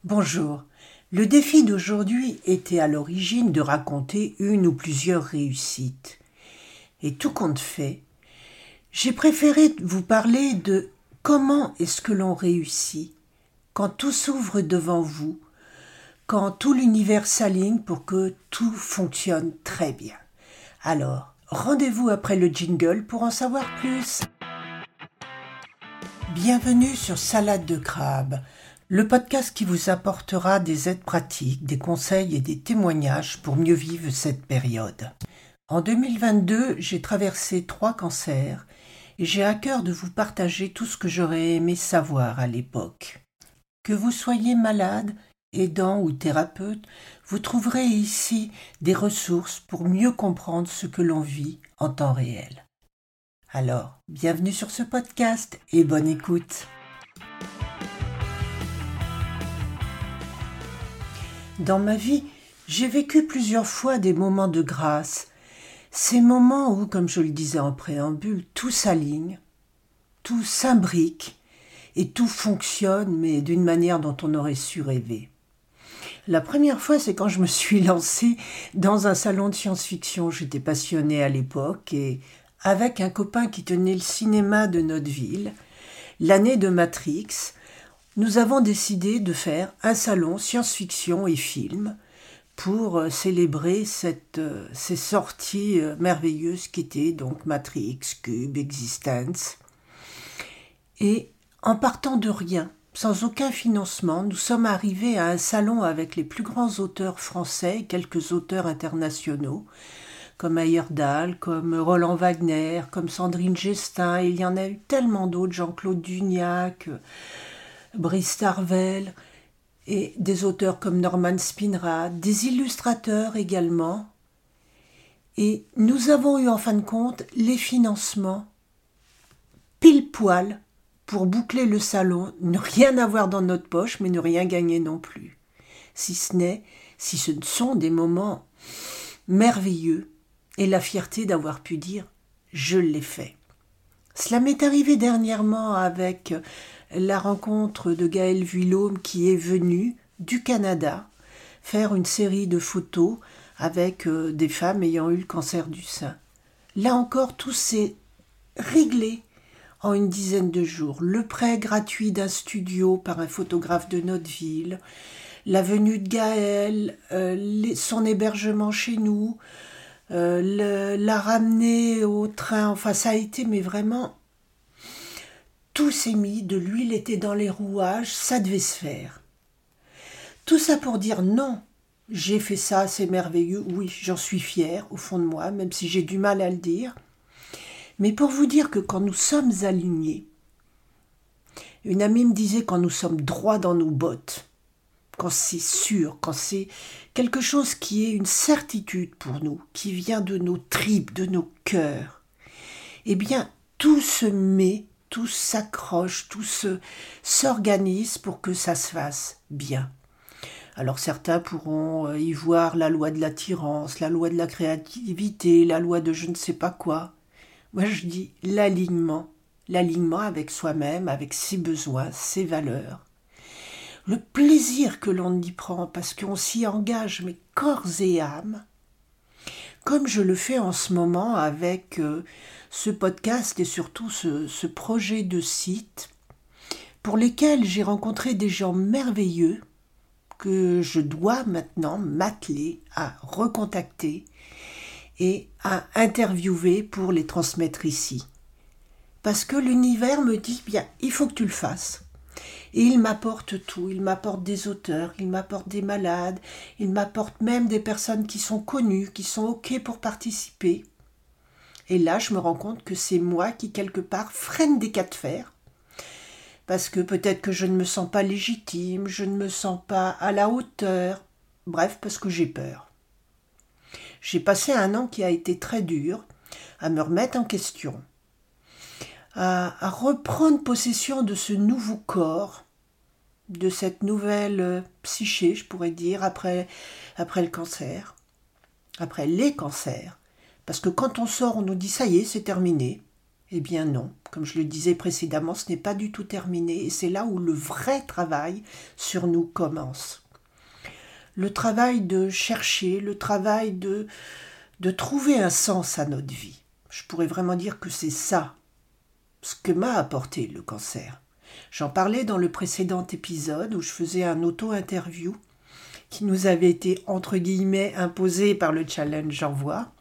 Bonjour. Le défi d'aujourd'hui était à l'origine de raconter une ou plusieurs réussites. Et tout compte fait, j'ai préféré vous parler de comment est-ce que l'on réussit quand tout s'ouvre devant vous, quand tout l'univers s'aligne pour que tout fonctionne très bien. Alors, rendez-vous après le jingle pour en savoir plus. Bienvenue sur Salade de crabe, le podcast qui vous apportera des aides pratiques, des conseils et des témoignages pour mieux vivre cette période. En 2022, j'ai traversé 3 cancers et j'ai à cœur de vous partager tout ce que j'aurais aimé savoir à l'époque. Que vous soyez malade, aidant ou thérapeute, vous trouverez ici des ressources pour mieux comprendre ce que l'on vit en temps réel. Alors, bienvenue sur ce podcast et bonne écoute. Dans ma vie, j'ai vécu plusieurs fois des moments de grâce. Ces moments où, comme je le disais en préambule, tout s'aligne, tout s'imbrique et tout fonctionne, mais d'une manière dont on aurait su rêver. La première fois, c'est quand je me suis lancée dans un salon de science-fiction. J'étais passionnée à l'époque et avec un copain qui tenait le cinéma de notre ville, l'année de Matrix, nous avons décidé de faire un salon science-fiction et film pour célébrer ces sorties merveilleuses qu'étaient donc Matrix, Cube, Existence. Et en partant de rien, sans aucun financement, nous sommes arrivés à un salon avec les plus grands auteurs français et quelques auteurs internationaux, comme Heyerdahl, comme Roland Wagner, comme Sandrine Gestin, et il y en a eu tellement d'autres, Jean-Claude Dugnac, Brice Tarvel, et des auteurs comme Norman Spinrad, des illustrateurs également. Et nous avons eu en fin de compte les financements pile poil pour boucler le salon, ne rien avoir dans notre poche, mais ne rien gagner non plus. Si ce ne sont des moments merveilleux et la fierté d'avoir pu dire « je l'ai fait ». Cela m'est arrivé dernièrement avec la rencontre de Gaël Vuillaume qui est venu du Canada faire une série de photos avec des femmes ayant eu le cancer du sein. Là encore, tout s'est réglé en une dizaine de jours. Le prêt gratuit d'un studio par un photographe de notre ville, la venue de Gaël, son hébergement chez nous, la ramener au train, enfin ça a été, mais vraiment, tout s'est mis, de l'huile était dans les rouages, ça devait se faire. Tout ça pour dire non, j'ai fait ça, c'est merveilleux, oui, j'en suis fière au fond de moi, même si j'ai du mal à le dire. Mais pour vous dire que quand nous sommes alignés, une amie me disait quand nous sommes droits dans nos bottes, quand c'est sûr, quand c'est quelque chose qui est une certitude pour nous, qui vient de nos tripes, de nos cœurs, eh bien, tout se met, tout s'accroche, s'organise pour que ça se fasse bien. Alors certains pourront y voir la loi de l'attirance, la loi de la créativité, la loi de je ne sais pas quoi. Moi je dis l'alignement avec soi-même, avec ses besoins, ses valeurs. Le plaisir que l'on y prend parce qu'on s'y engage, mais corps et âme, comme je le fais en ce moment avec ce podcast et surtout ce projet de site, pour lesquels j'ai rencontré des gens merveilleux que je dois maintenant m'atteler à recontacter et à interviewer pour les transmettre ici. Parce que l'univers me dit, bien, il faut que tu le fasses. Et il m'apporte tout, il m'apporte des auteurs, il m'apporte des malades, il m'apporte même des personnes qui sont connues, qui sont OK pour participer. Et là, je me rends compte que c'est moi qui, quelque part, freine des cas de fer. Parce que peut-être que je ne me sens pas légitime, je ne me sens pas à la hauteur. Bref, parce que j'ai peur. J'ai passé un an qui a été très dur, à me remettre en question, à reprendre possession de ce nouveau corps, de cette nouvelle psyché, je pourrais dire, après le cancer, après les cancers. Parce que quand on sort, on nous dit « ça y est, c'est terminé ». Eh bien non, comme je le disais précédemment, ce n'est pas du tout terminé et c'est là où le vrai travail sur nous commence. Le travail de chercher, le travail de trouver un sens à notre vie. Je pourrais vraiment dire que c'est ça, ce que m'a apporté le cancer. J'en parlais dans le précédent épisode où je faisais un auto-interview qui nous avait été, entre guillemets, imposé par le challenge J'envoie.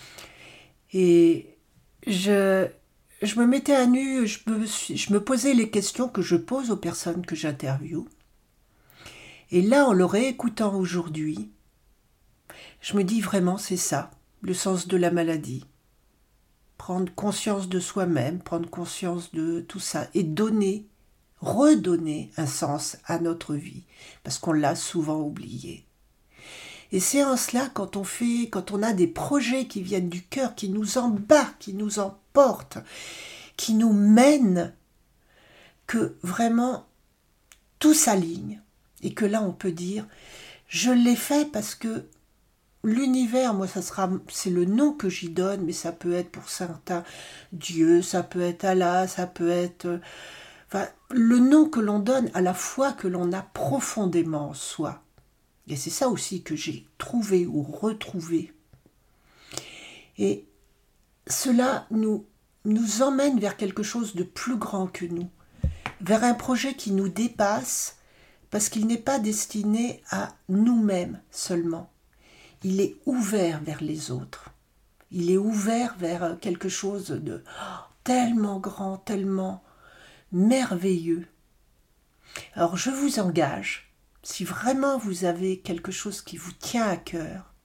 Et je me mettais à nu, je me posais les questions que je pose aux personnes que j'interviewe. Et là, en le réécoutant aujourd'hui, je me dis vraiment, c'est ça, le sens de la maladie. Prendre conscience de soi-même, prendre conscience de tout ça et redonner un sens à notre vie, parce qu'on l'a souvent oublié. Et c'est en cela, quand on a des projets qui viennent du cœur, qui nous embarquent, qui nous emportent, qui nous mènent, que vraiment tout s'aligne. Et que là, on peut dire, je l'ai fait parce que l'univers, moi, c'est le nom que j'y donne, mais ça peut être pour certains Dieu, ça peut être Allah, ça peut être... le nom que l'on donne à la foi que l'on a profondément en soi. Et c'est ça aussi que j'ai trouvé ou retrouvé. Et cela nous emmène vers quelque chose de plus grand que nous, vers un projet qui nous dépasse, parce qu'il n'est pas destiné à nous-mêmes seulement. Il est ouvert vers les autres. Il est ouvert vers quelque chose de tellement grand, tellement merveilleux. Alors je vous engage, si vraiment vous avez quelque chose qui vous tient à cœur,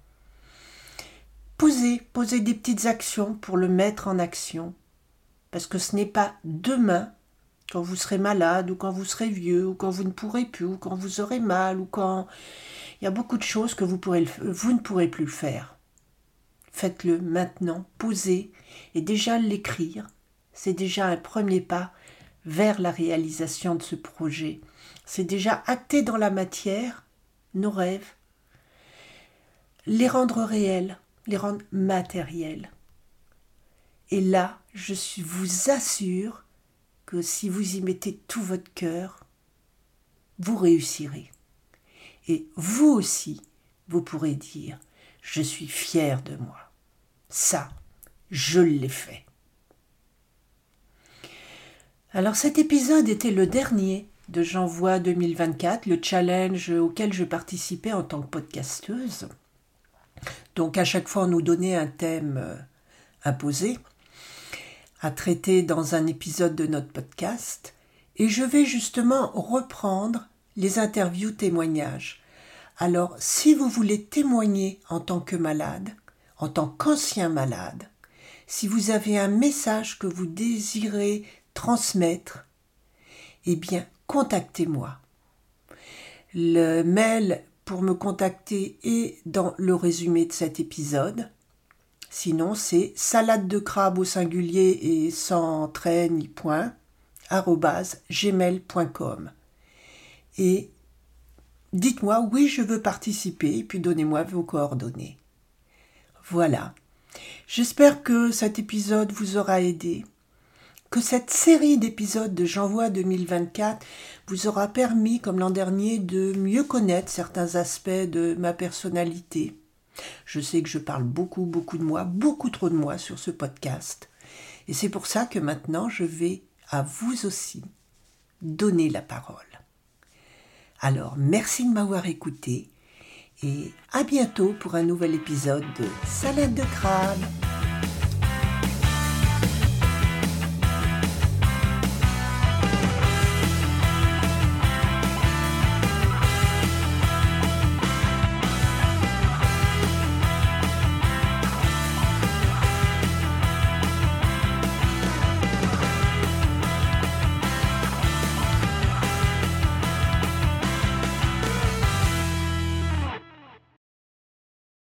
posez des petites actions pour le mettre en action. Parce que ce n'est pas demain, quand vous serez malade, ou quand vous serez vieux, ou quand vous ne pourrez plus, ou quand vous aurez mal, ou quand... Il y a beaucoup de choses que vous ne pourrez plus faire. Faites-le maintenant, posez, et déjà l'écrire, c'est déjà un premier pas vers la réalisation de ce projet. C'est déjà acter dans la matière nos rêves, les rendre réels, les rendre matériels. Et là, vous assure que si vous y mettez tout votre cœur, vous réussirez. Et vous aussi, vous pourrez dire « Je suis fier de moi. Ça, je l'ai fait. » Alors cet épisode était le dernier de J'envoie 2024, le challenge auquel je participais en tant que podcasteuse. Donc à chaque fois, on nous donnait un thème imposé à traiter dans un épisode de notre podcast. Et je vais justement reprendre les interviews témoignages. Alors, si vous voulez témoigner en tant que malade, en tant qu'ancien malade, si vous avez un message que vous désirez transmettre, eh bien, contactez-moi. Le mail pour me contacter est dans le résumé de cet épisode. Sinon, c'est salade de crabe au singulier et sans trait ni point, @gmail.com. Et dites-moi, oui, je veux participer, et puis donnez-moi vos coordonnées. Voilà. J'espère que cet épisode vous aura aidé, que cette série d'épisodes de J'envoie 2024 vous aura permis, comme l'an dernier, de mieux connaître certains aspects de ma personnalité. Je sais que je parle beaucoup de moi, beaucoup trop de moi sur ce podcast. Et c'est pour ça que maintenant, je vais à vous aussi donner la parole. Alors, merci de m'avoir écouté et à bientôt pour un nouvel épisode de Salade de crabe.